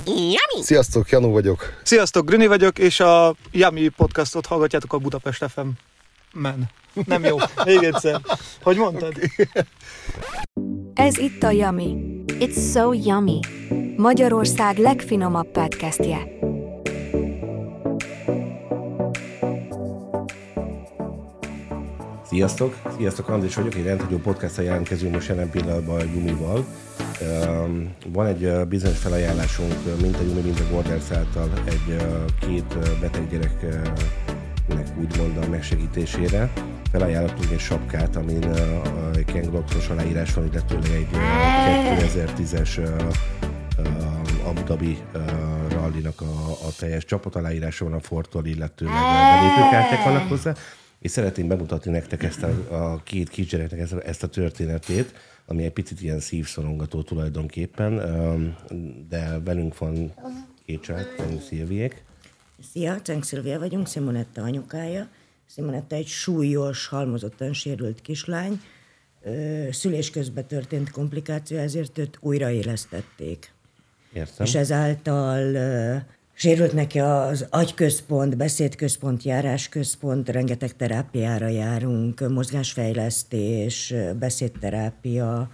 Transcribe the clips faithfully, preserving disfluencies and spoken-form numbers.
Yummy! Sziasztok, Janu vagyok. Sziasztok, Grüni vagyok, és a Yummy podcastot hallgatjátok a Budapest ef em-men. Nem jó, még egyszer. Hogy mondtad? Okay. Ez itt a Yummy. It's so yummy. Magyarország legfinomabb podcastje. Sziasztok! Sziasztok, Andris vagyok, egy rendhagyó podcasttal jelentkezünk most jelen pillanatban a Yumival. Van egy bizonyos felajánlásunk, mint a Yumi, mint a Borders által egy két beteg gyereknek úgymond a megsegítésére. Felajánlottunk egy sapkát, amin egy kengurokros aláírás van, illetőleg egy kétezer-tízes Abu Dhabi rallinak a, a teljes csapat aláírása van a Fordtól, illetőleg belépőkártyák vannak hozzá. És szeretném bemutatni nektek ezt a, a két kisgyereknek ezt, ezt a történetét, ami egy picit ilyen szívszorongató tulajdonképpen, de velünk van két család, Cseng Szilviék. Szia, Cseng Szilvia vagyunk, Simonetta anyukája. Simonetta egy súlyos, halmozottan sérült kislány. Szülés közben történt komplikáció, ezért őt újraélesztették. Értem. És ezáltal sérült neki az agyközpont, beszédközpont, járásközpont, rengeteg terápiára járunk, mozgásfejlesztés, beszédterápia,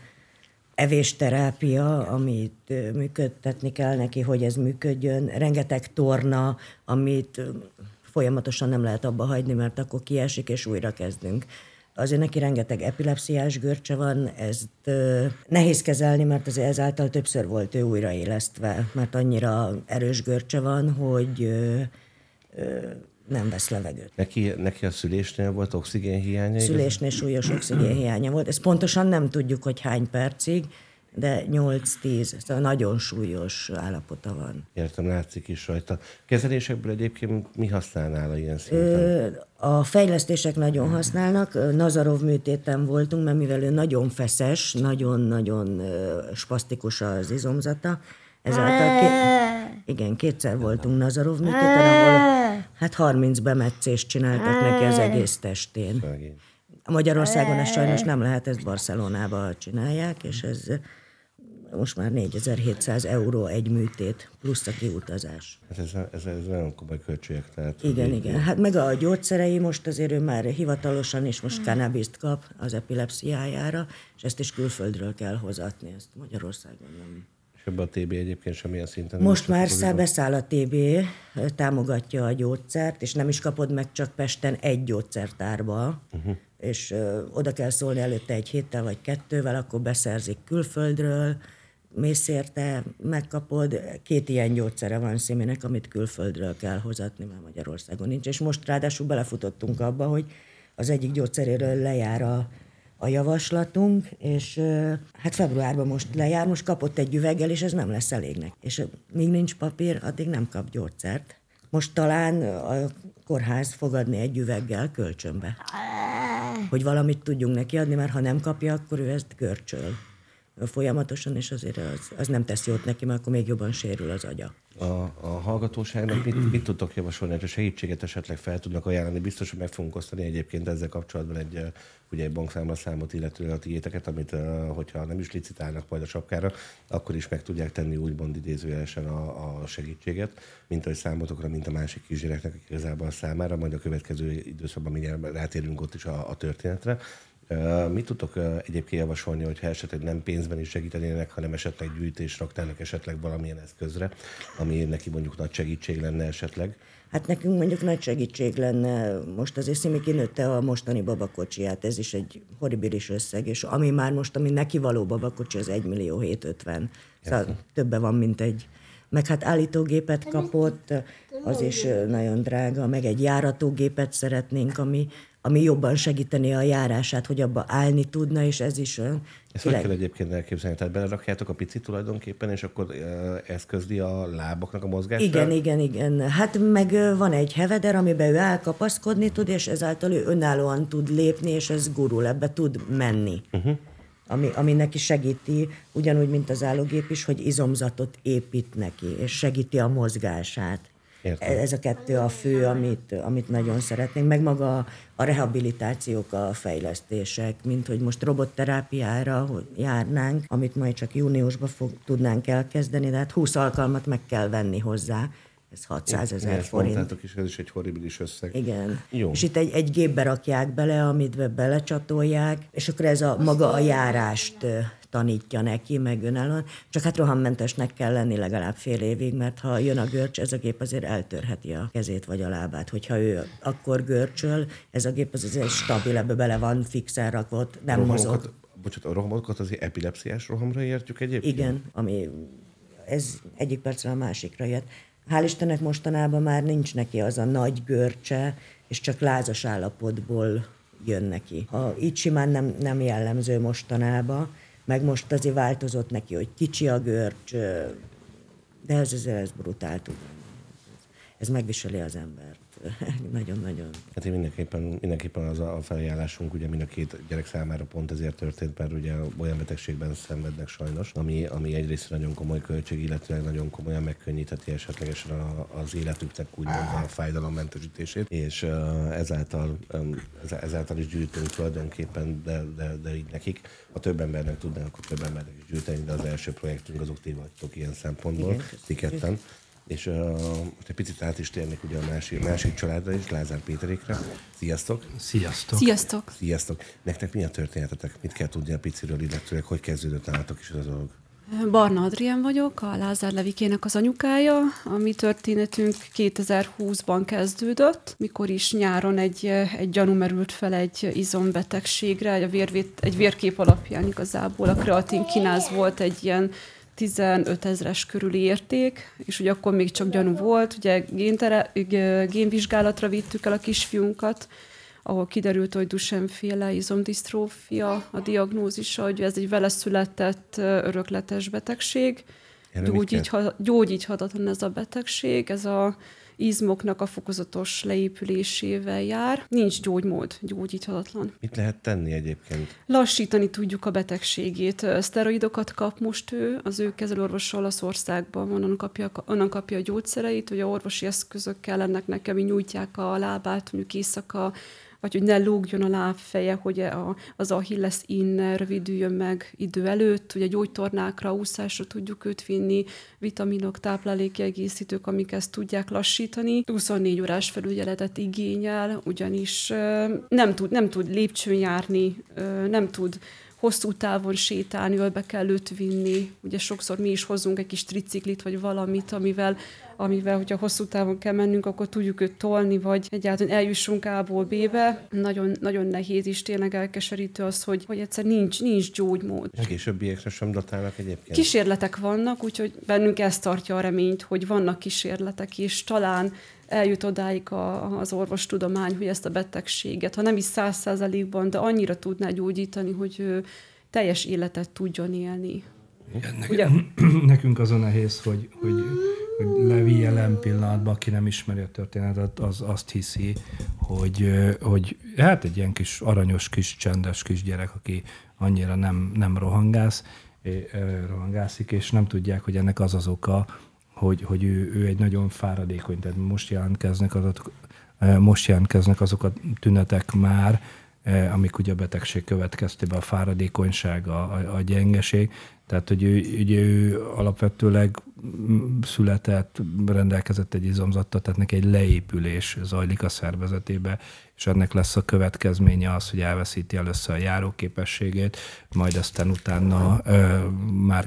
evésterápia, amit működtetni kell neki, hogy ez működjön, rengeteg torna, amit folyamatosan nem lehet abba hagyni, mert akkor kiesik és újra kezdünk. Azért neki rengeteg epilepsziás görcse van, ezt ö, nehéz kezelni, mert azért ezáltal többször volt ő újraélesztve, mert annyira erős görcse van, hogy ö, ö, nem vesz levegőt. Neki, neki a szülésnél volt oxigénhiánya? Szülésnél súlyos oxigénhiánya volt. Ezt pontosan nem tudjuk, hogy hány percig, de nyolc-tíz, szóval nagyon súlyos állapota van. Értem, látszik is rajta. Kezelésekből egyébként mi használ nála ilyen szinten? Ö, a fejlesztések nagyon használnak. Nazarov műtéten voltunk, mert mivel ő nagyon feszes, nagyon-nagyon spasztikus az izomzata, ezáltal ké- igen, kétszer voltunk Nazarov műtéten, ahol hát harminc bemetszést csináltak neki az egész testén. Magyarországon ezt sajnos nem lehet, ezt Barcelonában csinálják, és ez most már négyezer-hétszáz euró egy műtét, plusz a kiutazás. Hát ez, ez, ez nagyon komoly költségek. Tehát igen, igen. Így... Hát meg a gyógyszerei most azért ő már hivatalosan is most kannabiszt kap az epilepsziájára, és ezt is külföldről kell hozatni, ezt Magyarországon nem. És ebben a té bé egyébként semmilyen szinten? Most már beszáll a té bé, támogatja a gyógyszert, és nem is kapod meg csak Pesten egy gyógyszertárba, uh-huh. és ö, oda kell szólni előtte egy héttel vagy kettővel, akkor beszerzik külföldről, mész érte, megkapod. Két ilyen gyógyszere van Sziminek, amit külföldről kell hozatni, mert Magyarországon nincs. És most ráadásul belefutottunk abba, hogy az egyik gyógyszeréről lejár a a javaslatunk, és hát februárban most lejár, most kapott egy üveggel, és ez nem lesz elégnek. És míg nincs papír, addig nem kap gyógyszert. Most talán a kórház fogadni egy üveggel kölcsönbe, hogy valamit tudjunk neki adni, mert ha nem kapja, akkor ő ezt görcsöl folyamatosan, és azért az, az nem tesz jót neki, mert akkor még jobban sérül az agya. A, a hallgatóságnak mit, mit tudtok javasolni, hogy a segítséget esetleg fel tudnak ajánlani? Biztos, hogy meg fogunk osztani egyébként ezzel kapcsolatban egy, ugye egy bankszámlaszámot, illetőleg a tiéteket, amit, hogyha nem is licitálnak majd a sapkára, akkor is meg tudják tenni úgymond idézőjelesen a, a segítséget, mint ahogy számotokra, mint a másik kisgyereknek igazából a számára, majd a következő időszakban mindjárt rátérünk ott is a, a történetre. Uh, mit tudtok uh, egyébként javasolni, hogyha esetleg nem pénzben is segítenének, hanem esetleg gyűjtés raktának esetleg valamilyen eszközre, ami neki mondjuk nagy segítség lenne esetleg? Hát nekünk mondjuk nagy segítség lenne, most azért Szimi kinőtte a mostani babakocsiját, ez is egy horribilis összeg, és ami már most, ami neki való babakocsi, az egy millió hétszázötven. Szóval többe van, mint egy... Meg hát állítógépet kapott, az is nagyon drága, meg egy járatógépet szeretnénk, ami, ami jobban segíteni a járását, hogy abba állni tudna, és ez is... Ezt hogy kell egyébként elképzelni? Tehát belerakjátok a picit tulajdonképpen, és akkor eszközli a lábaknak a mozgását? Igen, igen, igen. Hát meg van egy heveder, amiben ő elkapaszkodni tud, és ezáltal ő önállóan tud lépni, és ez gurul, ebbe tud menni. Uh-huh. Ami, ami neki segíti, ugyanúgy, mint az állógép is, hogy izomzatot épít neki, és segíti a mozgását. Értem. Ez a kettő a fő, amit, amit nagyon szeretnénk, meg maga a rehabilitációk, a fejlesztések, mint hogy most robotterápiára járnánk, amit majd csak júniusban fog, tudnánk elkezdeni, de hát húsz alkalmat meg kell venni hozzá. Ez hatszázezer forint. Mondtátok is, ez is egy horribilis összeg. Igen. Jó. És itt egy, egy gépbe rakják bele, amit belecsatolják, és akkor ez a maga a járást tanítja neki, meg önállóan. Csak hát rohammentesnek kell lenni legalább fél évig, mert ha jön a görcs, ez a gép azért eltörheti a kezét vagy a lábát. Hogyha ő akkor görcsöl, ez a gép az azért stabil, ebbe bele van fixen rakva, nem mozog. Bocsánat, a rohamokat azért epilepsziás rohamra értjük egyébként? Igen, ami ez egyik percre a másikra jött. Hál' Istennek mostanában már nincs neki az a nagy görcse, és csak lázas állapotból jön neki. Ha így simán nem, nem jellemző mostanában, meg most azért változott neki, hogy kicsi a görcs, de ez, ez, ez brutál, tudom. Ez megviseli az embert. Nagyon-nagyon. Hát én mindenképpen, mindenképpen az a felajánlásunk, ugye mind a két gyerek számára pont ezért történt, mert ugye olyan betegségben szenvednek sajnos, ami, ami egyrészt nagyon komoly költség, illetve nagyon komolyan megkönnyítheti esetlegesen a, az életüknek úgymond a fájdalommentesítését, és uh, ezáltal, um, ezáltal is gyűjtünk tulajdonképpen, de, de, de így nekik. Ha több embernek tudnánk, akkor több embernek is gyűjteni, de az első projektünk azok ti vagytok ilyen szempontból, ti ketten. És uh, egy picit át is térnék ugye a másik, másik családra is, Lázár Péterékre. Sziasztok! Sziasztok! Sziasztok! Sziasztok! Nektek mi a történetetek? Mit kell tudni a piciről, illetőleg hogy kezdődött nálatok is az a dolog? Barna Adrián vagyok, a Lázár Levikének az anyukája. A mi történetünk kétezer-húszban kezdődött, mikor is nyáron egy, egy gyanú merült fel egy izombetegségre, egy, vérvét, egy vérkép alapján igazából a kreatin kináz volt egy ilyen tizenöt ezres körüli érték, és ugye akkor még csak gyanú volt, ugye géntere, génvizsgálatra vittük el a kisfiunkat, ahol kiderült, hogy Duchenne-féle izomdisztrófia a diagnózisa, hogy ez egy vele született örökletes betegség. Gyógyíthatatlan ez a betegség, ez a izmoknak a fokozatos leépülésével jár. Nincs gyógymód, gyógyíthatatlan. Mit lehet tenni egyébként? Lassítani tudjuk a betegségét. Szteroidokat kap most ő, az ő kezelőorvos Olaszországban, onnan kapja, onnan kapja a gyógyszereit, hogy a orvosi eszközök kellenek nekem, ami nyújtják a lábát, mondjuk éjszaka, vagy hogy ne lógjon a lábfeje, hogy a, az Achilles inner rövidüljön meg idő előtt, ugye gyógytornákra, úszásra tudjuk őt vinni, vitaminok, táplálékkiegészítők, amik ezt tudják lassítani. huszonnégy órás felügyeletet igényel, ugyanis nem tud, nem tud lépcsőn járni, nem tud hosszú távon sétálni, ölbe kell őt vinni. Ugye sokszor mi is hozzunk egy kis triciklit, vagy valamit, amivel, amivel, hogyha hosszú távon kell mennünk, akkor tudjuk őt tolni, vagy egyáltalán eljussunk A-ból B-be. Nagyon, nagyon nehéz is, tényleg elkeserítő az, hogy, hogy egyszer nincs, nincs gyógymód. A későbbiekre sem datálnak egyébként? Kísérletek vannak, úgyhogy bennünk ezt tartja a reményt, hogy vannak kísérletek, és talán eljut odáig a, az orvostudomány, hogy ezt a betegséget, ha nem is száz százalékban, de annyira tudná gyógyítani, hogy ő teljes életet tudjon élni. Ugye? Nekünk az a nehéz, hogy, hogy, hogy Levi jelen pillanatban, aki nem ismeri a történetet, az azt hiszi, hogy, hogy hát egy ilyen kis aranyos, kis csendes kis gyerek, aki annyira nem, nem rohangász, rohangászik, és nem tudják, hogy ennek az az oka, hogy, hogy ő, ő egy nagyon fáradékony, tehát most jelentkeznek azok, most jelentkeznek azok a tünetek már, amik ugye a betegség következtében a fáradékonyság, a, a, a gyengeség. Tehát, hogy ő, ugye ő alapvetőleg született, rendelkezett egy izomzattal, tehát neki egy leépülés zajlik a szervezetébe, és ennek lesz a következménye az, hogy elveszíti először a járóképességét, majd aztán utána ö, már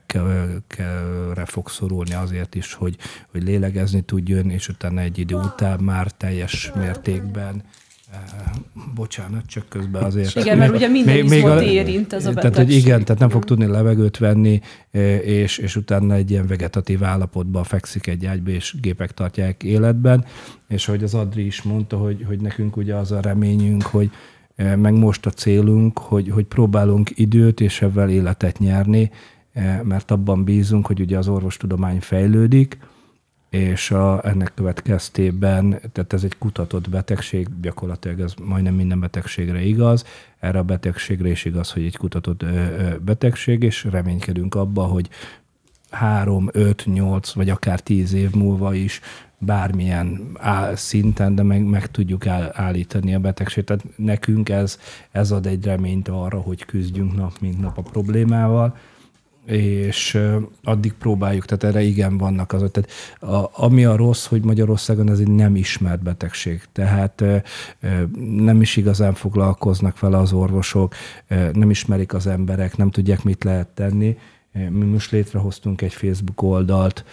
gépekre fog szorulni azért is, hogy, hogy lélegezni tudjon, és utána egy idő után már teljes mértékben bocsánat, csak közben azért. Igen, mert ugye minden izmot érint ez a betegség. Tehát, hogy igen, tehát nem fog tudni levegőt venni, és, és utána egy ilyen vegetatív állapotban fekszik egy ágyba, és gépek tartják életben. És ahogy az Adri is mondta, hogy, hogy nekünk ugye az a reményünk, hogy meg most a célunk, hogy, hogy próbálunk időt és ebben életet nyerni, mert abban bízunk, hogy ugye az orvostudomány fejlődik, és a, ennek következtében, tehát ez egy kutatott betegség, gyakorlatilag ez majdnem minden betegségre igaz, erre a betegségre is igaz, hogy egy kutatott ö, ö, betegség, és reménykedünk abba, hogy három, öt, nyolc, vagy akár tíz év múlva is bármilyen áll, szinten, de meg, meg tudjuk áll, állítani a betegséget. Tehát nekünk ez, ez ad egy reményt arra, hogy küzdjünk nap mint nap a problémával, és addig próbáljuk, tehát erre igen vannak azok. Tehát a, ami a rossz, hogy Magyarországon ez egy nem ismert betegség, tehát nem is igazán foglalkoznak vele az orvosok, nem ismerik az emberek, nem tudják, mit lehet tenni. Mi most létrehoztunk egy Facebook oldalt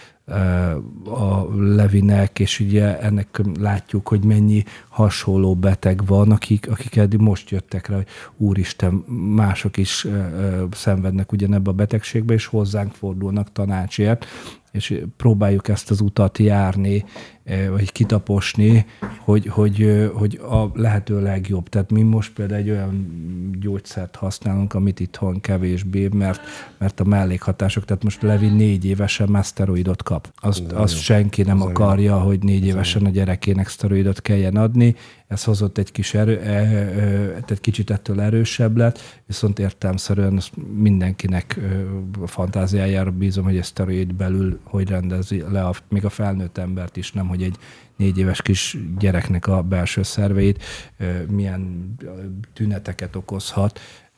a Levinek, és ugye ennek látjuk, hogy mennyi hasonló beteg van, akik, akik eddig most jöttek rá, hogy úristen, mások is szenvednek ugyanebbe a betegségbe, és hozzánk fordulnak tanácsért, és próbáljuk ezt az utat járni, vagy kitaposni, hogy, hogy, hogy a lehető legjobb. Tehát mi most például egy olyan gyógyszert használunk, amit itthon kevésbé, mert, mert a mellékhatások, tehát most Levi négy évesen már szteroidot kap. Azt, azt senki nem akarja, hogy négy évesen a gyerekének szteroidot kelljen adni. Ez hozott egy kis erő, egy kicsit ettől erősebb lett, viszont értelemszerűen mindenkinek a fantáziájára bízom, hogy a szteroid belül hogy rendezi le a, még a felnőtt embert is, nem hogy egy négy éves kis gyereknek a belső szerveit milyen tüneteket okozhat.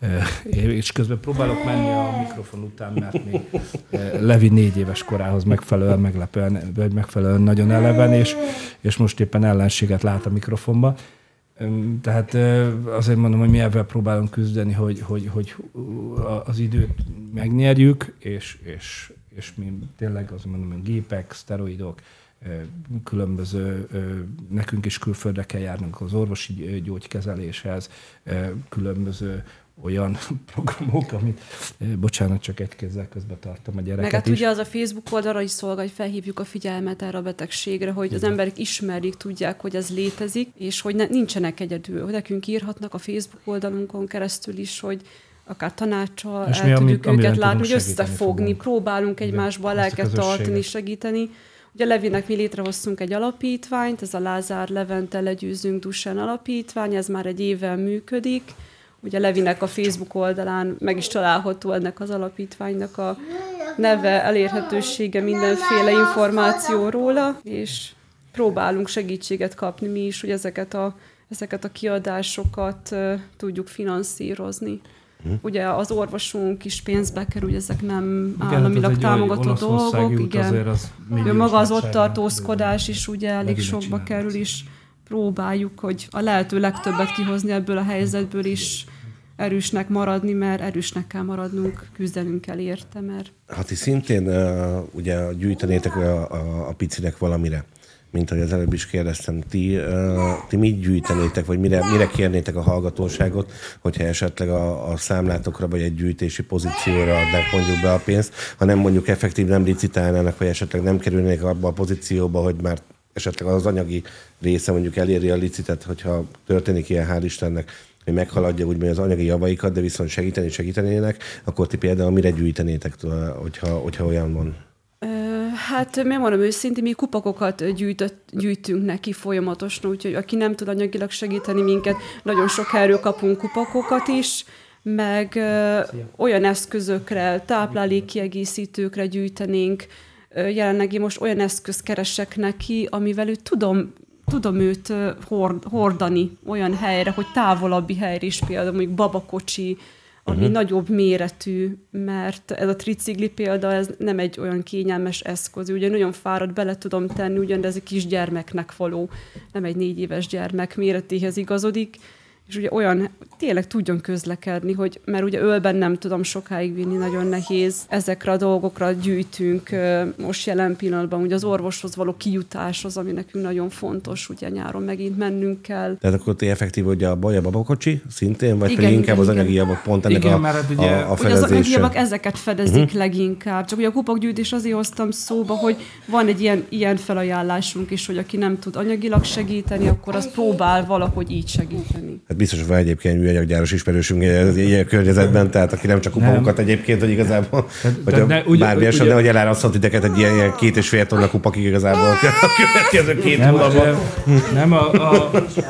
És közben próbálok menni a mikrofon után, mert még Levi négy éves korához megfelelően meglepően, vagy megfelelően nagyon eleven, és, és most éppen ellenséget lát a mikrofonba. Tehát azért mondom, hogy mi ebben próbálunk küzdeni, hogy, hogy, hogy az időt megnyerjük, és, és, és mi tényleg azt mondom, hogy gépek, szteroidok, különböző, nekünk is külföldre kell járnunk az orvosi gyógykezeléshez, különböző olyan programok, amit, bocsánat, csak egy kézzel közbe tartom a gyereket Meg hát is. ugye az a Facebook oldalra is szolgál, hogy felhívjuk a figyelmet erre a betegségre, hogy igen. Az emberek ismerik, tudják, hogy ez létezik, és hogy ne, nincsenek egyedül. Hogy nekünk írhatnak a Facebook oldalunkon keresztül is, hogy akár tanácssal és el mi, tudjuk amit, őket látni, hogy összefogni, fogunk. Próbálunk egymásba lelket tartani, segíteni. Ugye Levinek mi létrehoztunk egy alapítványt, ez a Lázár Levente Legyőzünk Dusen alapítvány, ez már egy évvel működik. Ugye Levinek a Facebook oldalán meg is található ennek az alapítványnak a neve, elérhetősége, mindenféle információ róla, és próbálunk segítséget kapni mi is, hogy ezeket a, ezeket a kiadásokat uh, tudjuk finanszírozni. Hmm. Ugye az orvosunk is pénzbe kerül, ezek nem igen, államilag támogatott dolgok. Igen. Az maga az ott tartózkodás is ugye elég sokba kerül, és próbáljuk, hogy a lehető legtöbbet kihozni ebből a helyzetből is, erősnek maradni, mert erősnek kell maradnunk, küzdenünk kell érte, mert... Hát ti szintén uh, ugye gyűjtenétek a, a, a picinek valamire, mint ahogy az előbb is kérdeztem, ti, uh, ti mit gyűjtenétek, vagy mire, mire kérnétek a hallgatóságot, hogyha esetleg a, a számlátokra, vagy egy gyűjtési pozícióra adnák mondjuk be a pénzt, ha nem mondjuk effektív nem licitálnának, vagy esetleg nem kerülnék abba a pozícióba, hogy már esetleg az anyagi része mondjuk eléri a licitet, hogyha történik ilyen, hál' Istennek, hogy meghaladja úgymond az anyagi javaikat, de viszont segíteni segítenének, akkor ti például mire gyűjtenétek, hogyha, hogyha olyan van? Hát megmondom őszintén, mi kupakokat gyűjtött, gyűjtünk neki folyamatosan, úgyhogy aki nem tud anyagilag segíteni minket, nagyon sok helyről kapunk kupakokat is, meg Szia. Olyan eszközökre, táplálékkiegészítőkre gyűjtenénk. Jelenleg én most olyan eszközt keresek neki, amivel őt tudom, tudom őt hord, hordani olyan helyre, hogy távolabbi helyre is, például mondjuk babakocsi, ami uh-huh. nagyobb méretű, mert ez a tricikli példa, ez nem egy olyan kényelmes eszköz. Ugye nagyon fáradt, bele tudom tenni, ugyan, de ez egy kis gyermeknek való, nem egy négy éves gyermek méretéhez igazodik, és ugye olyan, tényleg tudjon közlekedni, hogy, mert ugye ölben nem tudom sokáig vinni, nagyon nehéz. Ezekre a dolgokra gyűjtünk most jelen pillanatban, ugye az orvoshoz való kijutás az, ami nekünk nagyon fontos, ugye nyáron megint mennünk kell. Tehát akkor ti effektív, hogy a baj a babakocsi szintén, vagy igen, pedig inkább igen, az anyagi javak pont ennek igen, a, mert ugye, a, a fedezése? Az anyagi javak ezeket fedezik uh-huh. leginkább. Csak ugye a kupakgyűjtés azért hoztam szóba, hogy van egy ilyen, ilyen felajánlásunk is, hogy aki nem tud anyagilag segíteni, akkor az próbál valahogy így segíteni. Hát biztos, hogy van egyébként műanyaggyáros ismerősünk ilyen környezetben, tehát aki nem csak kupakokat egyébként, hogy igazából, hogy bármi esetben, hogy elárasztott titeket egy ilyen, ilyen két és fél tonna kupakig igazából a következő két hónapban. Nem a... a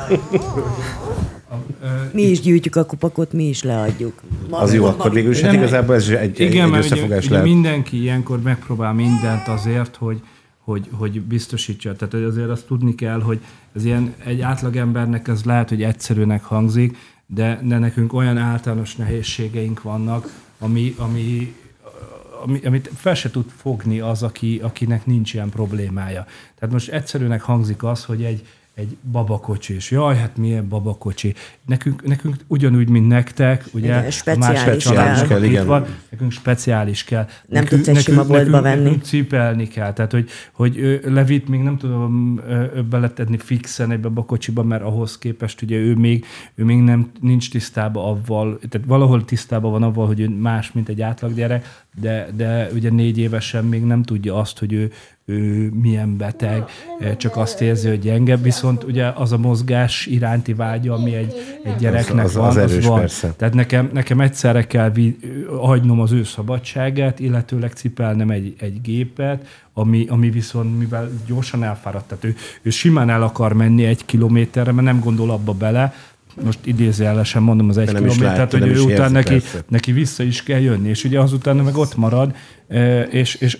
mi is gyűjtjük a kupakot, mi is leadjuk. Az jó, akkor végül is hát igazából ez egy, igen, egy összefogás ugye, lehet. Ugye mindenki ilyenkor megpróbál mindent azért, hogy hogy, hogy biztosítsa. Tehát azért azt tudni kell, hogy ez ilyen, egy átlagembernek ez lehet, hogy egyszerűnek hangzik, de, de nekünk olyan általános nehézségeink vannak, ami, ami, ami, amit fel se tud fogni az, aki, akinek nincs ilyen problémája. Tehát most egyszerűnek hangzik az, hogy egy, egy babakocsi, és jaj, hát milyen babakocsi. Nekünk, nekünk ugyanúgy, mint nektek, ugye, igen, speciális kell. kell, igen. Van, nekünk speciális kell. Nem nekünk, tudsz egy sima boltba nekünk, venni. Nekünk cipelni kell. Tehát, hogy, hogy Levit még nem tudom beletenni fixen egy babakocsiba, mert ahhoz képest ugye ő még, ő még nem, nincs tisztában avval, tehát valahol tisztában van avval, hogy ő más, mint egy átlaggyerek, de, de ugye négy évesen még nem tudja azt, hogy ő, ő milyen beteg, csak azt érzi, hogy gyenge, viszont ugye az a mozgás iránti vágya, ami egy, egy gyereknek az, az, van, az, erős, az van. Persze. Tehát nekem, nekem egyszerre kell vi, hagynom az ő szabadságát, illetőleg cipelnem egy, egy gépet, ami, ami viszont, mivel gyorsan elfáradt, tehát ő, ő simán el akar menni egy kilométerre, mert nem gondol abba bele, most idézőjelesen mondom az egy kilométert, hogy ő után neki, neki vissza is kell jönni, és ugye azután meg ott marad, és, és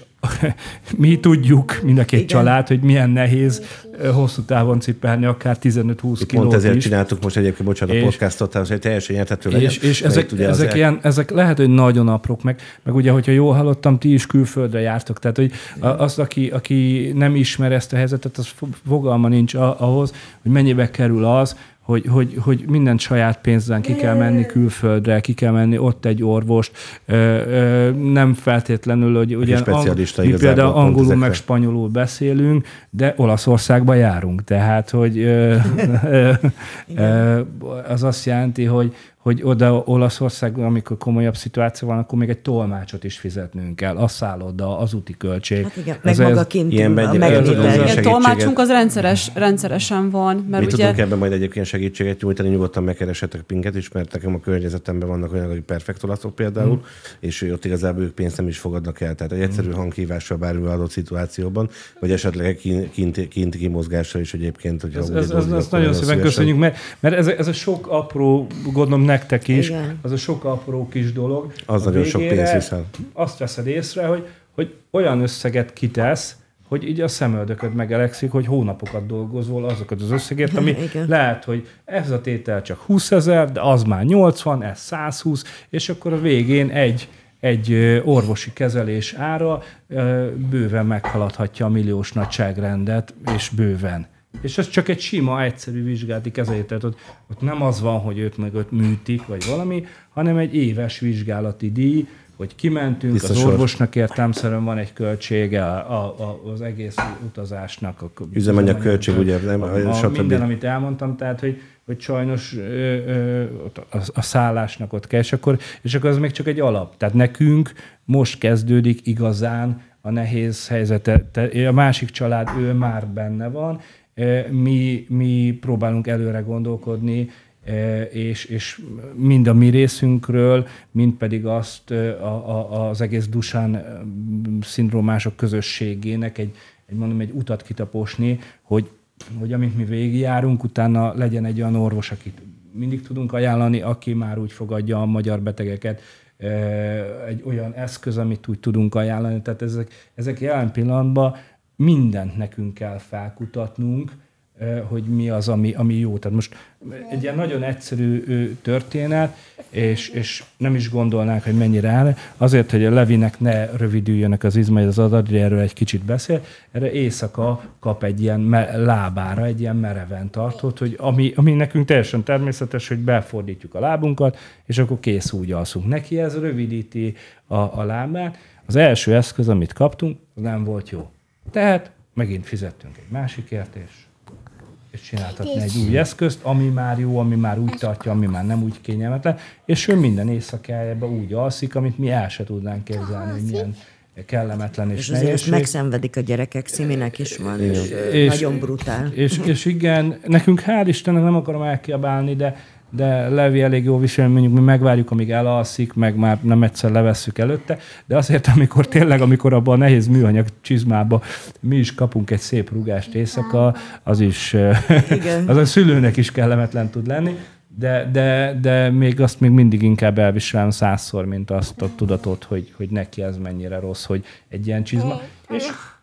mi tudjuk, mind a két igen. család, hogy milyen nehéz hosszú távon cipelni, akár tizenöt-húsz kilót Pont ezért is. csináltuk most egyébként, bocsánat, a podcastot, hogy teljesen érthető legyen. És, és ezek, ezek, el... ilyen, ezek lehet, hogy nagyon aprók, meg, meg ugye, hogyha jól hallottam, ti is külföldre jártok, tehát hogy az, aki, aki nem ismer ezt a helyzetet, az fogalma nincs ahhoz, hogy mennyibe kerül az, Hogy, hogy, hogy minden saját pénzben ki kell menni külföldre, ki kell menni ott egy orvost, ö, ö, nem feltétlenül, hogy ugye ang- mi például angolul meg spanyolul beszélünk, de Olaszországba járunk. Tehát, hogy ö, ö, ö, az azt jelenti, hogy hogy oda Olaszországban, amikor komolyabb szituáció van, akkor még egy tolmácsot is fizetnünk kell. A szálloda, az úti költség. Hát igen, meg maga kint a megvétel. Tolmácsunk az rendszeres, rendszeresen van. Mert mi ugye... tudunk ebben majd egyébként segítséget nyújtani, nyugodtan megkeresetek minket is, mert nekem a környezetemben vannak olyanok, hogy perfekt olaszok például, hmm. és ott igazából ők pénzt nem is fogadnak el. Tehát egy egyszerű hanghívással bármilyen adott szituációban, vagy esetleg kinti, kinti kimozgással is egyébként. Hogyha ez, ez, ez, ez nagyon szépen köszönjük, mert, mert ez, ez a sok apró, gondolom nektek is, igen. az a sok apró kis dolog. Az nagyon sok pénz viszel. Azt veszed észre, hogy, hogy olyan összeget kitesz, hogy így a szemöldököd megelegszik, hogy hónapokat dolgozol azokat az összegért, ami igen. lehet, hogy ez a tétel csak húszezer, de az már nyolcvan, ez százhúsz, és akkor a végén egy, egy orvosi kezelés ára bőven meghaladhatja a milliós nagyságrendet, és bőven. És ez csak egy sima, egyszerű vizsgálati kezelés. Tehát ott, ott nem az van, hogy őt meg ott műtik, vagy valami, hanem egy éves vizsgálati díj, hogy kimentünk, biztos az orvosnak értelmszerűen van egy költsége a, a, az egész utazásnak. A, üzemanyag költség, ugye, nem, a, a minden, amit elmondtam, tehát, hogy, hogy sajnos ö, ö, a, a szállásnak ott kell, és akkor, és akkor az még csak egy alap. Tehát nekünk most kezdődik igazán a nehéz helyzete. A másik család, ő már benne van, Mi, mi próbálunk előre gondolkodni, és, és mind a mi részünkről, mind pedig azt a, a, az egész Dusan szindrómások közösségének egy, egy, mondom, egy utat kitaposni, hogy, hogy amint mi végigjárunk, utána legyen egy olyan orvos, akit mindig tudunk ajánlani, aki már úgy fogadja a magyar betegeket, egy olyan eszköz, amit úgy tudunk ajánlani. Tehát ezek, ezek jelen pillanatban mindent nekünk kell felkutatnunk, hogy mi az, ami, ami jó. Tehát most egy ilyen nagyon egyszerű történet, és, és nem is gondolnánk, hogy mennyire áll. Azért, hogy a Levinek ne rövidüljönek az izmai, az Adri erről egy kicsit beszél, erre éjszaka kap egy ilyen me- lábára, egy ilyen mereven tartót, hogy ami, ami nekünk teljesen természetes, hogy befordítjuk a lábunkat, és akkor kész, úgy alszunk. Neki ez rövidíti a, a lábát. Az első eszköz, amit kaptunk, az nem volt jó. Tehát megint fizettünk egy másikért, és, és csináltatni egy új eszközt, ami már jó, ami már úgy tartja, ami már nem úgy kényelmetlen, és ő minden éjszakájában úgy alszik, amit mi el se tudnánk képzelni, hogy milyen kellemetlen és, és nehézség. És megszenvedik a gyerekek, Sziminek is van, és, és nagyon brutál. És, és igen, nekünk hál' Istennek, nem akarom elkiabálni, de de Levi elég jó viselni, mondjuk mi megvárjuk, amíg elalszik, meg már nem egyszer levesszük előtte, de azért, amikor tényleg, amikor abban a nehéz műanyag csizmába mi is kapunk egy szép rugást éjszaka, az is, az a szülőnek is kellemetlen tud lenni, de, de, de még azt még mindig inkább elviselem százszor, mint azt a tudatot, hogy, hogy neki ez mennyire rossz, hogy egy ilyen csizma. És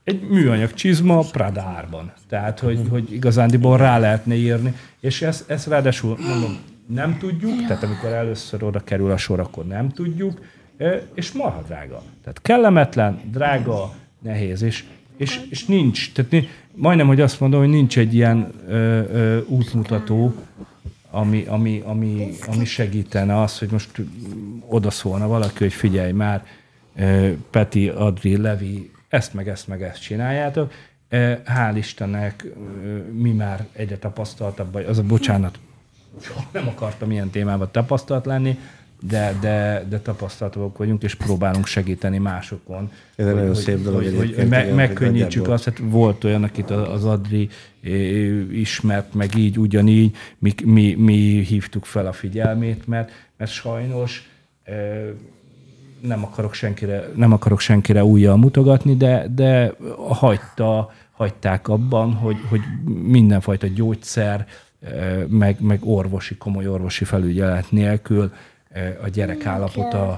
egy műanyag csizma Prada árban. Tehát, hogy, hogy igazándiból rá lehetne írni, és ezt, ezt ráadásul mondom, nem tudjuk, tehát amikor először oda kerül a sor, akkor nem tudjuk, és marha drága. Tehát kellemetlen, drága, nehéz, és, és, és nincs, tehát majdnem, hogy azt mondom, hogy nincs egy ilyen ö, ö, útmutató, ami, ami, ami, ami segítene az, hogy most odaszólna valaki, hogy figyelj már, Peti, Adri, Levi, ezt meg ezt meg ezt csináljátok. Hál' Istennek mi már egyre tapasztaltabb, vagy az a bocsánat, nem akartam ilyen témában tapasztalt lenni, de, de, de tapasztaltabbak vagyunk, és próbálunk segíteni másokon. Ez hogy, nagyon hogy, szép dolog. Hogy, hogy, hogy me, megkönnyítsük azt, hát volt olyan, akit az Adri ismert, meg így, ugyanígy, mi, mi, mi hívtuk fel a figyelmét, mert, mert sajnos nem akarok senkire, nem akarok senkire újjal mutogatni, de, de hagyta, hagyták abban, hogy, hogy mindenfajta gyógyszer, meg, meg orvosi, komoly orvosi felügyelet nélkül a gyerek állapota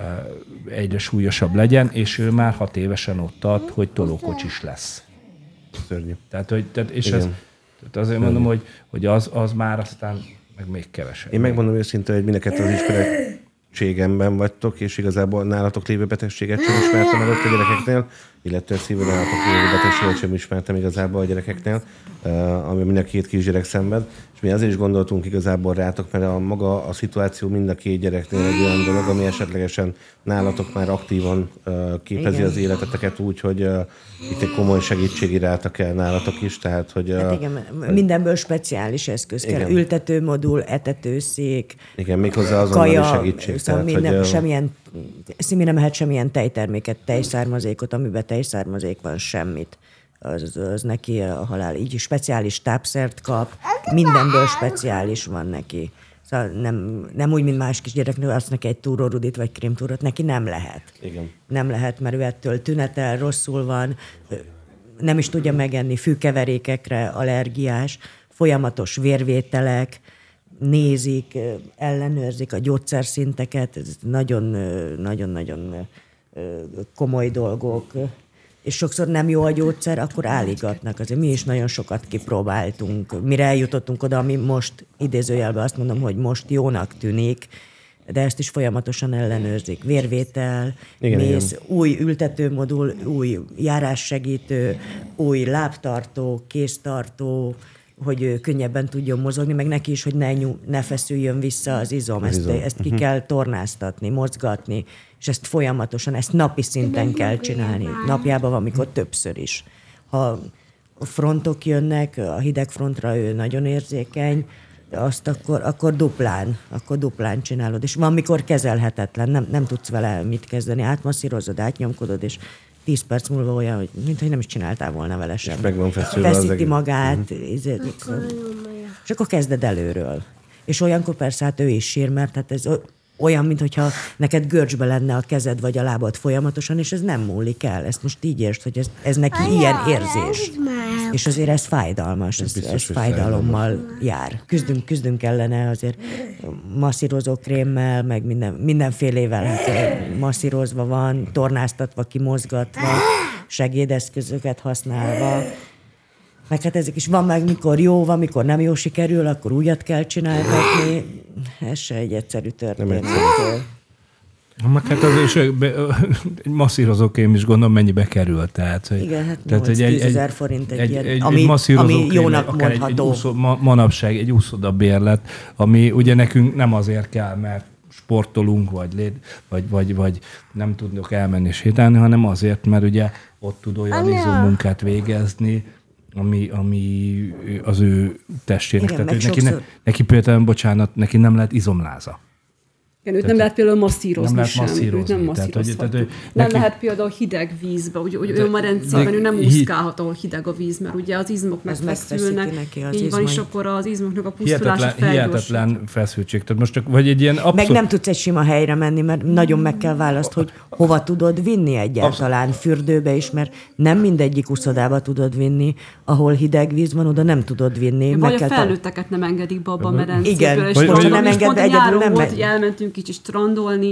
egyre súlyosabb legyen, és ő már hat évesen ott tart, hogy tolókocsis lesz. Szörnyű. Tehát, hogy, tehát, és ez, tehát azért Szörnyű. mondom, hogy, hogy az, az már aztán meg még kevesebb. Én megmondom őszintén, hogy mind a kettő az ismeretségemben vagytok, és igazából nálatok lévő betegséget sem ismertem előtt a gyerekeknél, illetve szívő nálatok lévő betegséget sem ismertem igazából a gyerekeknél, ami mind a két kisgyerek szenved. És mi azért is gondoltunk igazából rátok, mert a maga a szituáció mind a két gyereknél egy olyan dolog, ami esetlegesen nálatok már aktívan képezi igen. az életeteket úgy, hogy itt egy komoly segítség irántak el nálatok is. Tehát, hogy hát igen, mindenből speciális eszköz kell. Ültetőmodul, etetőszék, igen, méghozzá azonnali segítség. Szóval tehát, minden, hogy, semmilyen, szimi nem lehet semmilyen tejterméket, tejszármazékot, amiben tejszármazék van, semmit. Az, az neki a halál. Így speciális tápszert kap, mindenből speciális van neki. Szóval nem, nem úgy, mint más kisgyereknő, azt neki egy túrórudit vagy krémtúrot, neki nem lehet. Igen. Nem lehet, mert ő ettől tünetel, rosszul van, nem is tudja megenni, fűkeverékekre allergiás, folyamatos vérvételek, nézik, ellenőrzik a gyógyszerszinteket, ez nagyon-nagyon komoly dolgok. És sokszor nem jó a gyógyszer, akkor álligatnak. Azért mi is nagyon sokat kipróbáltunk. Mire eljutottunk oda, ami most idézőjelben azt mondom, hogy most jónak tűnik, de ezt is folyamatosan ellenőrzik. Vérvétel, igen, mész, igen. új ültetőmodul, új járássegítő, új lábtartó, kéztartó, hogy könnyebben tudjon mozogni, meg neki is, hogy ne, nyú, ne feszüljön vissza az izom. Ezt, ezt ki uh-huh. kell tornáztatni, mozgatni, és ezt folyamatosan, ezt napi szinten kell csinálni. Napjában van, amikor többször is. Ha a frontok jönnek, a hideg frontra ő nagyon érzékeny, azt akkor, akkor duplán, akkor duplán csinálod. És van, mikor kezelhetetlen, nem, nem tudsz vele mit kezdeni. Átmasszírozod, átnyomkodod, és tíz perc múlva olyan, hogy mintha nem is csináltál volna vele sem. Meg van feszülve az Feszíti magát, uh-huh. és akkor kezded előről. És olyankor persze hát ő is sír, mert hát ez olyan, mintha neked görcsbe lenne a kezed vagy a lábad folyamatosan, és ez nem múlik el. Ezt most így értsd, hogy ez, ez neki Anya, ilyen érzés. És azért ez fájdalmas, ez, biztos, ez fájdalommal fájdalmas. jár. Küzdünk, küzdünk ellene azért masszírozó krémmel, meg minden, mindenfélével hát masszírozva van, tornáztatva, kimozgatva, segédeszközöket használva. Meg hát ezek is van meg, mikor jó, van, mikor nem jó sikerül, akkor újat kell csináltatni. Ez se egy egyszerű történet. Meg hát az is egy masszírozókém is gondolom mennyibe kerül. Tehát, hogy, igen, hát nyolc-tízezer forint egy, egy, ilyen, egy, ami, egy ami jónak akár mondható. Egy, egy úszó, ma, manapság egy úszodabérlet, ami ugye nekünk nem azért kell, mert sportolunk, vagy, lé, vagy, vagy, vagy nem tudunk elmenni sétálni, hanem azért, mert ugye ott tud olyan izommunkát végezni, ami, ami az ő testének. Igen, tehát, neki, ne, neki például, bocsánat, neki nem lehet izomláza. Igen, őt tehát, nem lehet például masszírozni nem lehet sem. Masszírozni. Nem masszírozható. Tehát, hogy, nem neki... lehet például hideg vízbe, úgy, úgy ő már rendszerben, ő nem úszkálhat, ahol hideg a víz, mert ugye az izmok megfeszülnek. Így van, és akkor az izmoknak a pusztulása felgyorsít. Hihetetlen feszültség. Tehát most csak, vagy egy ilyen abszolút... Meg nem tudsz egy sima helyre menni, mert nagyon meg kell választ, hogy hova tudod vinni egyáltalán, fürdőbe is, mert nem mindegyik uszodába tudod vinni, ahol hideg víz van, oda nem tudod vinni. Vagy a felnőtteket nem engedik be abba a medencéből. Igen, vagy nem enged egyedül nem megy. Elmentünk kicsit strandolni,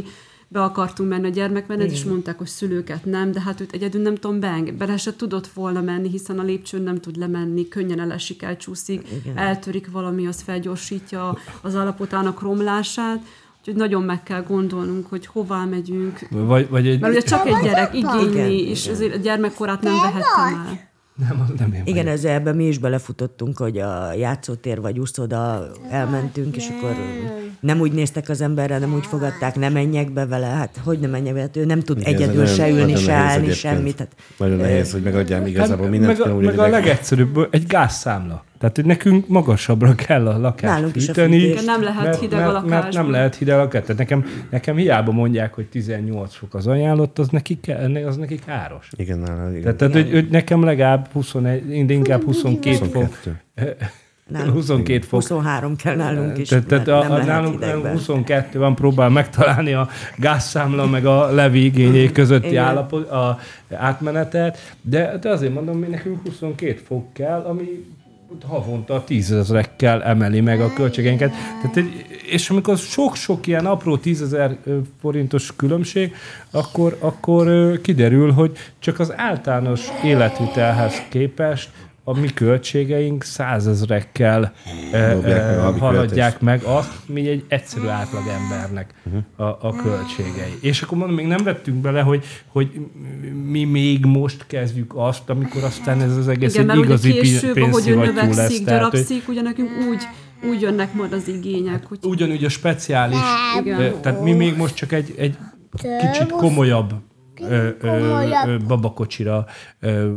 be akartunk menni a gyermekmenet, és mondták, hogy szülőket nem, de hát őt egyedül nem tudom beengedni. Bele se tudott volna menni, hiszen a lépcsőn nem tud lemenni, könnyen elesik, elcsúszik, igen. eltörik valami, az felgyorsítja az állapotának romlását. Úgyhogy nagyon meg kell gondolnunk, hogy hová megyünk. Vagy, vagy egy... Mert ugye csak egy gyerek igényli, és azért a gyermekkorát nem vehettem el. Nem, az nem én Igen, ezzel ebben mi is belefutottunk, hogy a játszótér vagy uszoda elmentünk, és akkor nem úgy néztek az emberre, nem úgy fogadták, nem menjek be vele, hát hogy nem menjek be, hát ő nem tud igen, egyedül se ülni, se állni, semmit. Hát, nagyon nehéz, hogy megadjám igazából hát, mindent. Meg a, meg a legegyszerűbb, egy gázszámla. Tehát, hogy nekünk magasabbra kell a lakást fűteni. Nem lehet mert, hideg mert, a lakásban. Mert nem lehet hideg a lakás. Tehát nekem, nekem hiába mondják, hogy tizennyolc fok az ajánlott, az nekik, az nekik áros. Igen, nála, igen. Tehát, tehát hogy, hogy nekem legalább huszonegy, inkább huszonkét fok. Nálunk huszonkettő fok. huszonhárom kell nálunk is, tehát, tehát a, nem nálunk hidegben. huszonkettő van, próbál megtalálni a gázszámla meg a levi igényé közötti állapot, a átmenetet, de, de azért mondom, hogy nekünk huszonkét fok kell, ami havonta tízezrekkel emeli meg a költségeinket. Tehát, és amikor sok-sok ilyen apró tízezer forintos különbség, akkor, akkor kiderül, hogy csak az általános életvitelhez képest a mi költségeink százezrekkel eh, haladják meg azt, mi egy egyszerű átlagembernek a, a költségei. És akkor mondom, még nem vettünk bele, hogy, hogy mi még most kezdjük azt, amikor aztán ez az egész igen, egy igazi később, pénzszivattyú lesz. Igen, gyarapszik, ugye nekünk úgy, úgy jönnek majd az igények. Hogy... Ugyanúgy a speciális, igen. tehát mi még most csak egy, egy kicsit komolyabb Ö, ö, ö, babakocsira ö,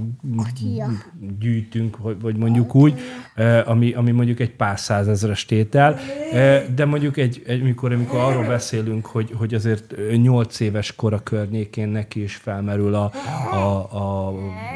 gyűjtünk, vagy mondjuk úgy, ö, ami, ami mondjuk egy pár százezres tétel, ö, de mondjuk egy, egy mikor, amikor arról beszélünk, hogy, hogy azért nyolc éves kora környékén neki is felmerül a, a, a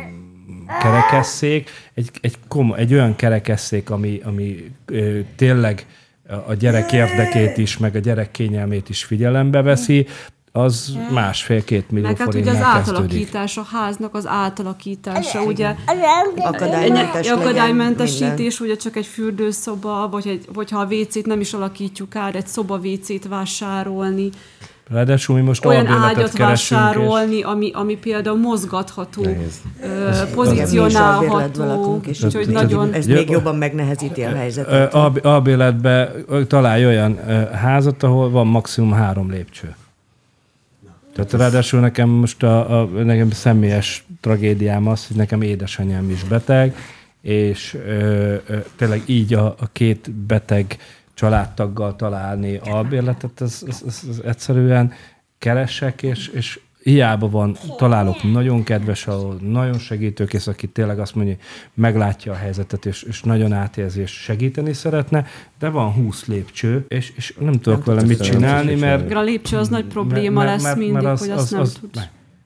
kerekesszék, egy, egy, komo, egy olyan kerekesszék, ami, ami ö, tényleg a gyerek érdekét is, meg a gyerek kényelmét is figyelembe veszi, az másfél-két millió forintnál forintnál kezdődik. Meg hát ugye az kezdődik. átalakítás, a háznak az átalakítása, ugye Akadálymentes akadálymentesítés, ugye csak egy fürdőszoba, vagy egy, hogyha a vécét nem is alakítjuk át, egy szoba vécét vásárolni. Ráadásul mi most olyan albérletet ágyat keresünk, vásárolni, és... ami, ami például mozgatható, ö, Igen, pozícionálható, és úgyhogy nagyon... Ez még jobban megnehezíti a helyzetet. Albérletben találj olyan házat, ahol van maximum három lépcső. Tehát ráadásul nekem most a, a nekem személyes tragédiám az, hogy nekem édesanyám is beteg, és ö, ö, tényleg így a, a két beteg családtaggal találni albérletet, ez, ez, ez, ez egyszerűen keresek, és, és hiába van, találok nagyon kedves, ahol nagyon segítőkész, aki tényleg azt mondja, hogy meglátja a helyzetet, és, és nagyon átérzi, és segíteni szeretne, de van húsz lépcső, és, és nem tudok nem vele mit csinálni, mert... A lépcső az nagy probléma mert, lesz mert, mindig, mert az, hogy azt az, nem az, tudsz.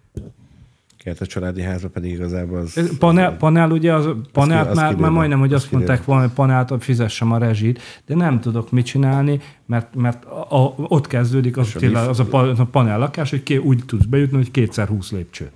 Kert a családi házba pedig igazából az... Panel, panel ugye, az, panelt az már, kidőle, már majdnem, hogy az azt mondták volna, hogy panelt, fizessem a rezsit, de nem tudok mit csinálni, mert, mert a, a, ott kezdődik az, tényleg, az a, a panel lakás, hogy ké, úgy tudsz bejutni, hogy kétszer húsz lépcső.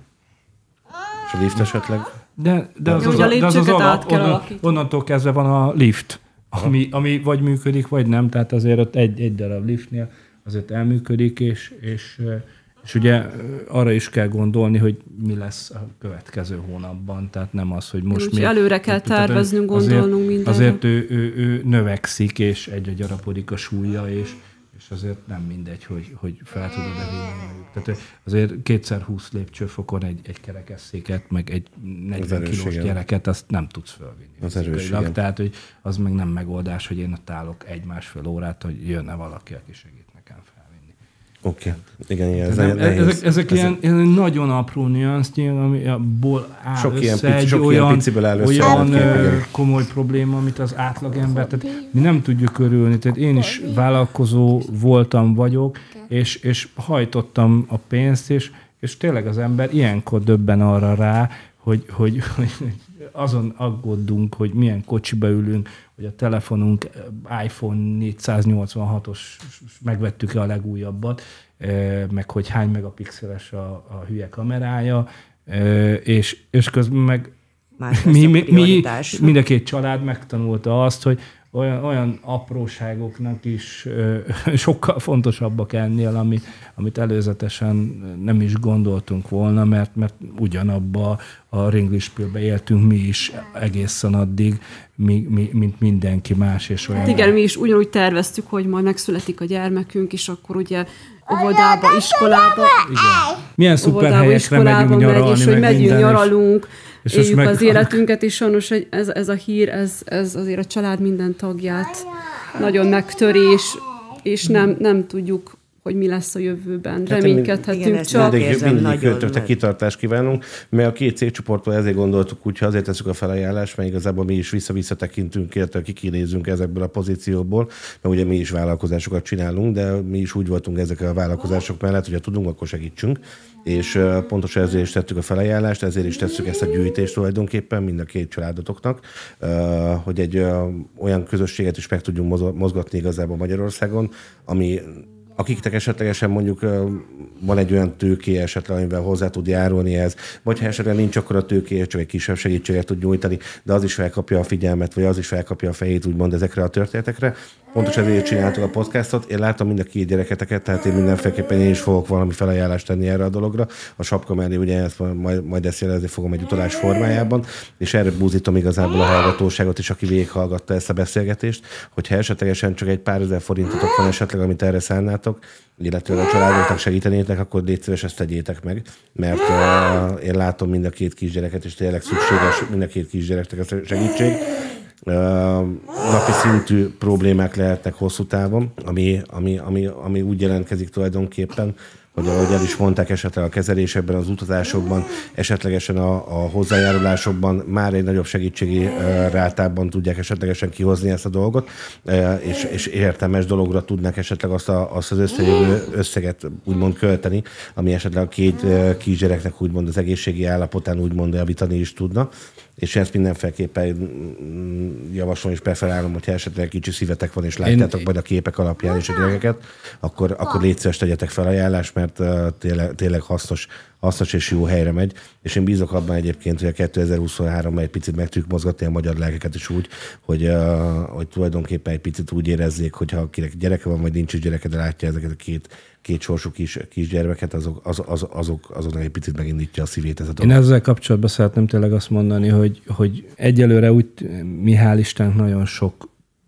És a lift esetleg? De, de az, ja, az, az, az, az, az alap, onnan, onnantól kezdve van a lift, ami, ami vagy működik, vagy nem, tehát azért ott egy, egy darab liftnél azért elműködik, és, és És ugye arra is kell gondolni, hogy mi lesz a következő hónapban, tehát nem az, hogy most... Mi, előre kell terveznünk, gondolnunk mindenre. Azért ő, ő, ő növekszik, és egyre gyarapodik a súlya, és, és azért nem mindegy, hogy, hogy fel tudod-e vinni. Tehát azért kétszer húsz lépcsőfokon egy, egy kerekesszéket, meg egy negyven kilós gyereket, azt nem tudsz fölvinni. Az erős, igen. Tehát, hogy az meg nem megoldás, hogy én ott állok egy-másfél órát, hogy jönne valaki, aki segít nekem felvinni. Oké, okay. igen, igen. Ez nem, nehéz. ezek ezek ez ilyen, ilyen nagyon apró nüansz, ami abból áll sok össze ilyen pici, egy sok olyan, ilyen piciből áll össze olyan kép, komoly probléma, amit az átlagember, tehát mi nem tudjuk örülni. Tehát én is vállalkozó voltam, vagyok, és, és hajtottam a pénzt, és, és tényleg az ember ilyenkor döbben arra rá, hogy, hogy, hogy azon aggódunk, hogy milyen kocsiba ülünk, hogy a telefonunk iPhone négyszáznyolcvanhatos, megvettük-e a legújabbat, meg hogy hány megapixeles a, a hülye kamerája, és, és közben meg mi, mi, mi, mind a két család megtanulta azt, hogy olyan, olyan apróságoknak is ö, sokkal fontosabbak ennél, ami, amit előzetesen nem is gondoltunk volna, mert, mert ugyanabba a Ringlispülbe éltünk mi is egészen addig, mi, mi, mint mindenki más. És olyan. Hát igen, mi is ugyanúgy terveztük, hogy majd megszületik a gyermekünk, és akkor ugye óvodába, iskolába. Igen. Milyen szuper helyekre megyünk nyaralni, megy, és hogy megyünk, minden, nyaralunk, és, éljük és meg... az életünket, és sajnos hogy ez, ez a hír, ez, ez azért a család minden tagját nagyon megtörés, és nem, nem tudjuk, hogy mi lesz a jövőben. Hát reménykedhetünk igen, csak. Mindig, mindig költöttek nagy. Kitartást kívánunk, mert a két cégcsoportból ezért gondoltuk, úgyha azért tesszük a felajánlást, mert igazából mi is vissza-vissza tekintünk, illetve kikinézünk ezekből a pozícióból, mert ugye mi is vállalkozásokat csinálunk, de mi is úgy voltunk ezekkel a vállalkozások mellett, hogy ha tudunk, akkor segítsünk. És pontosan ezért is tettük a felajánlást, ezért is tesszük ezt a gyűjtést tulajdonképpen mind a két családotoknak, hogy egy olyan közösséget is meg tudjunk mozgatni igazából Magyarországon, ami akiknek esetlegesen mondjuk van egy olyan tőké esetleg, amivel hozzá tud járulni ez, vagy ha esetleg nincs akkor a tőké, csak egy kisebb segítséget tud nyújtani, de az is felkapja a figyelmet, vagy az is felkapja a fejét, úgymond ezekre a történetekre. Pontosan ezért csináltuk a podcastot. Én látom mind a két gyereketeket, tehát én mindenféleképpen én is fogok valami felajánlást tenni erre a dologra. A sapka mellé ugye ezt majd, majd ezt jelezni fogom egy utalás formájában, és erre búzítom igazából a hallgatóságot is, aki végighallgatta ezt a beszélgetést, hogyha esetlegesen csak egy pár ezer forintotok van esetleg, amit erre szánnátok, illetve a családoknak segítenétek, akkor légy szíves, ezt tegyétek meg, mert uh, én látom mind a két kisgyereket, és tényleg szükséges mind a két kisgyereknek a segítség. Uh, napi szintű problémák lehetnek hosszú távon, ami, ami, ami, ami úgy jelentkezik tulajdonképpen, hogy ahogy el is mondták, esetleg a kezelésekben, az utazásokban, esetlegesen a, a hozzájárulásokban már egy nagyobb segítségi uh, rátában tudják esetlegesen kihozni ezt a dolgot, uh, és, és értelmes dologra tudnak esetleg azt, a, azt az összejövő összeget úgymond költeni, ami esetleg a két uh, kisgyereknek úgymond az egészségi állapotán úgymond javítani is tudna. És ezt mindenféleképpen javaslom és preferálom, hogyha esetleg kicsi szívetek van, és látjátok Én... majd a képek alapján is a gyerekeket, akkor, akkor légy szíves, tegyetek felajánlást, mert uh, tényleg, tényleg hasznos, hasznos és jó helyre megy. És én bízok abban egyébként, hogy a kétezer-huszonháromban egy picit meg tudjuk mozgatni a magyar lelkeket is úgy, hogy, uh, hogy tulajdonképpen egy picit úgy érezzék, hogy ha akinek gyereke van, vagy nincs is gyereke, de látja ezeket a két, két sorsú kis, kisgyermeket, azok, az, az, azok, azoknak egy picit megindítja a szívét ez a dolog. Én ezzel kapcsolatban szeretném tényleg azt mondani, hogy, hogy egyelőre úgy, mi hál' Istennek nagyon sok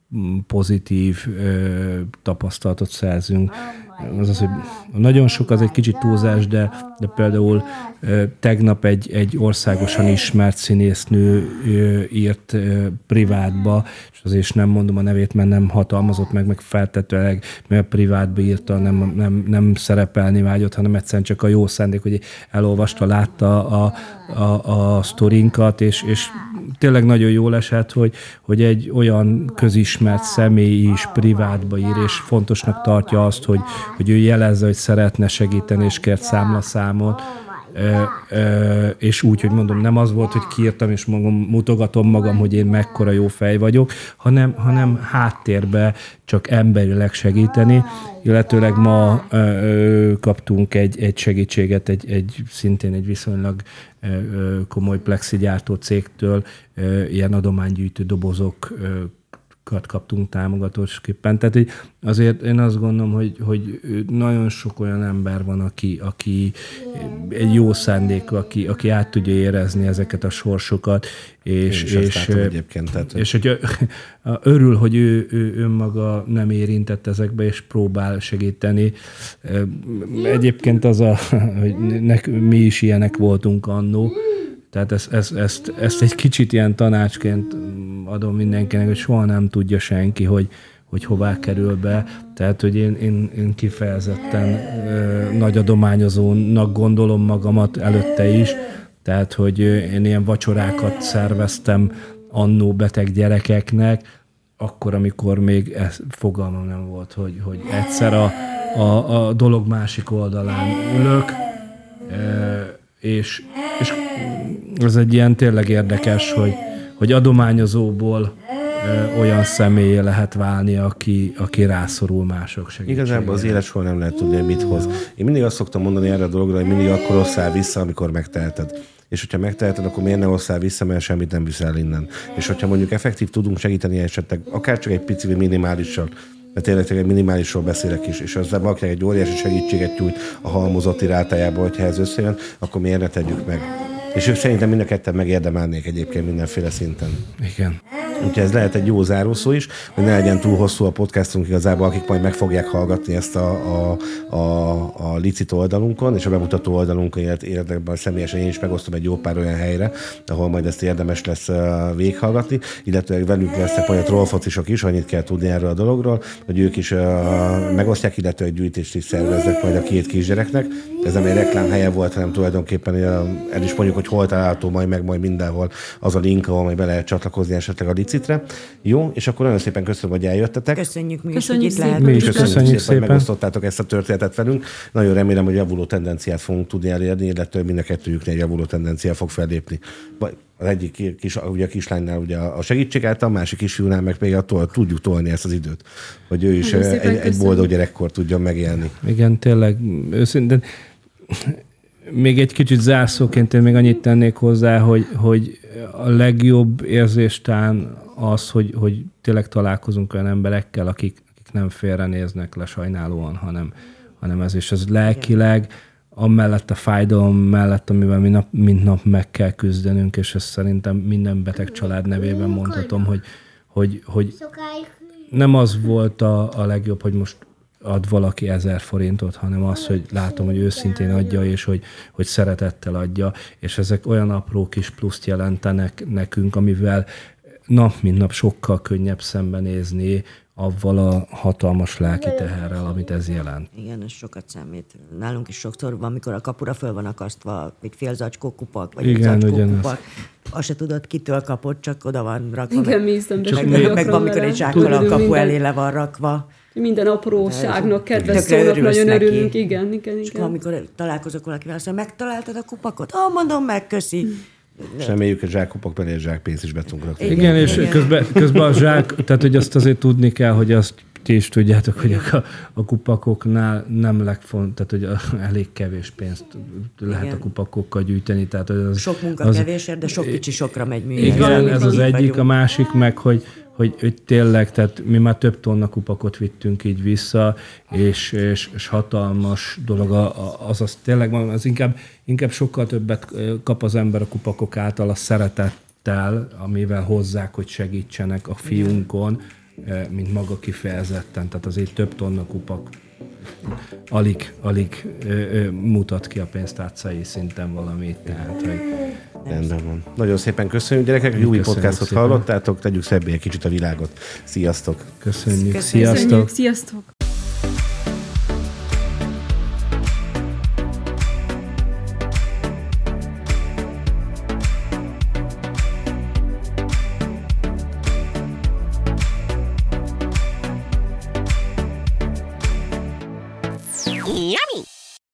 pozitív ö, tapasztalatot szerzünk. Az az, hogy nagyon sok az egy kicsit túlzás, de, de például ö, tegnap egy, egy országosan ismert színésznő ö, írt ö, privátba, és azért is nem mondom a nevét, mert nem hatalmazott meg, meg feltetőleg, mert privátba írta, nem, nem, nem szerepelni vágyott, hanem egyszerűen csak a jó szándék, hogy elolvasta, látta a, a, a sztorinkat, és, és tényleg nagyon jól esett, hogy, hogy egy olyan közismert személy is privátba ír, és fontosnak tartja azt, hogy, hogy ő jelezze, hogy szeretne segíteni, és kért számlaszámot. Ö, ö, és úgy, hogy mondom, nem az volt, hogy kiírtam, és magam, mutogatom magam, hogy én mekkora jó fej vagyok, hanem, hanem háttérbe csak emberileg segíteni. Illetőleg ma ö, ö, kaptunk egy, egy segítséget, egy, egy szintén egy viszonylag ö, komoly plexigyártó cégtől, ö, ilyen adománygyűjtő dobozok ö, kaptunk támogatósképpen. Tehát így azért én azt gondolom, hogy, hogy nagyon sok olyan ember van, aki, aki egy jó szándékú, aki, aki át tudja érezni ezeket a sorsokat, és, és, egyébként, tehát, és hogy örül, hogy ő, ő önmaga nem érintett ezekbe, és próbál segíteni. Egyébként az a, hogy nekünk, mi is ilyenek voltunk annó, tehát ezt, ezt, ezt, ezt egy kicsit ilyen tanácsként adom mindenkinek, hogy soha nem tudja senki, hogy, hogy hová kerül be. Tehát, hogy én, én, én kifejezetten ö, nagy adományozónak gondolom magamat előtte is. Tehát, hogy én ilyen vacsorákat szerveztem annó beteg gyerekeknek, akkor, amikor még ez, fogalmam nem volt, hogy, hogy egyszer a, a, a dolog másik oldalán ülök, ö, És, és ez egy ilyen tényleg érdekes, hogy, hogy adományozóból ö, olyan személyé lehet válni, aki, aki rászorul mások segítségére. Igazából az élet soha nem lehet tudni, hogy mit hoz. Én mindig azt szoktam mondani erre a dologra, hogy mindig akkor osszál vissza, amikor megteheted. és hogyha megteheted, akkor miért ne osszál vissza, mert semmit nem viszel innen. És hogyha mondjuk effektív tudunk segíteni esetleg, akár csak egy pici minimálissal, mert tényleg egy minimálisról beszélek is, és ezzel valakinek egy óriási segítséget nyújt a halmozotti rátájába, hogyha ez összejön, akkor miért ne tegyük meg. És ők szerintem mind a ketten megérdemelnék egyébként mindenféle szinten. Igen. Úgyhogy ez lehet egy jó zárószó is, hogy ne legyen túl hosszú a podcastunk igazából, akik majd meg fogják hallgatni ezt a, a, a, a licit oldalunkon, és a bemutató oldalunkon érdekben személyesen én is megosztom egy jó pár olyan helyre, ahol majd ezt érdemes lesz végighallgatni, illetve velük lesznek majd a trollfocisok is, annyit kell tudni erről a dologról, hogy ők is uh, megosztják, illetve egy gyűjtést is szerveznek majd a két kisgyereknek. Ez nem egy reklámhelye volt, hanem tulajdonképpen el is mondjuk, hogy hol található majd meg majd mindenhol az a link, ahol majd be lehet csatlakozni esetleg a licitre. Jó, és akkor nagyon szépen köszönöm, hogy eljöttetek. Köszönjük mi Köszönjük is, hogy itt szépen. lehetünk. Mi is Köszönjük, köszönjük szépen, hogy szépen. megosztottátok ezt a történetet velünk. Nagyon remélem, hogy javuló tendenciát fogunk tudni elérni, illetve mind a kettőjüknél javuló tendencia fog fellépni. Az egyik kis, ugye a kislánynál ugye a segítség által, a másik kisfiúnál meg még attól tudjuk tolni ezt az időt, hogy ő is egy, egy boldog gyerekkor tudjon megélni. Igen, tényleg őszintén. Még egy kicsit zárszóként én még annyit tennék hozzá, hogy, hogy a legjobb érzés talán az, hogy, hogy tényleg találkozunk olyan emberekkel, akik, akik nem félrenéznek le sajnálóan, hanem, hanem ez is. Ez lelkileg, amellett a fájdalom mellett, amivel mi nap, mint nap meg kell küzdenünk, és ezt szerintem minden beteg család nevében mondhatom, hogy, hogy, hogy nem az volt a, a legjobb, hogy most ad valaki ezer forintot, hanem az, hogy látom, hogy őszintén adja, és hogy, hogy szeretettel adja, és ezek olyan apró kis pluszt jelentenek nekünk, amivel nap mint nap sokkal könnyebb szembenézni avval a hatalmas lelki teherrel, amit ez jelent. Igen, ez sokat számít. Nálunk is sokszor van, amikor a kapura föl van akasztva egy fél zacskó kupak, vagy Igen, egy zacskó ugyanaz. kupak. Azt se tudod, kitől kapod, csak oda van rakva. Igen, meg, mi is szembe meg, gyakran meg van, mikor vele. egy zsákkal a Örülünk kapu minden- elé le van rakva. Minden apróságnak, kedves Tökre szónak örülsz nagyon neki. örülünk. Igen, igen, És igen. amikor találkozok valakivel, azt mondja, megtaláltad a kupakot? Ah, mondom meg, köszi. És reméljük, hogy zsákkupak belé zsákpénzt is be tudunk rakni. Igen, Igen, és igen. közben, közben a zsák, tehát hogy azt azért tudni kell, hogy azt ti is tudjátok, hogy a, a kupakoknál nem legfont, tehát hogy a, elég kevés pénzt lehet Igen. a kupakokkal gyűjteni. Tehát az, Sok munka az, kevésért, de sok kicsi sokra megy művel. igen, ez az Így egyik, vagyunk. a másik meg, hogy, hogy, hogy tényleg, tehát mi már több tonna kupakot vittünk így vissza, és, és, és hatalmas dolog a, a, az, az tényleg van, az inkább, inkább sokkal többet kap az ember a kupakok által a szeretettel, amivel hozzák, hogy segítsenek a fiúnkon, mint maga kifejezetten, tehát azért több tonna kupak alig, alig ö, ö, mutat ki a pénztárcai szinten valamit, tehát, hogy Rendben van. Nagyon szépen köszönjük, gyerekek, új Köszönjük podcastot szépen. hallottátok, tegyük szebbé egy kicsit a világot. Sziasztok! köszönjük, Köszönjük. sziasztok! Köszönjük, sziasztok!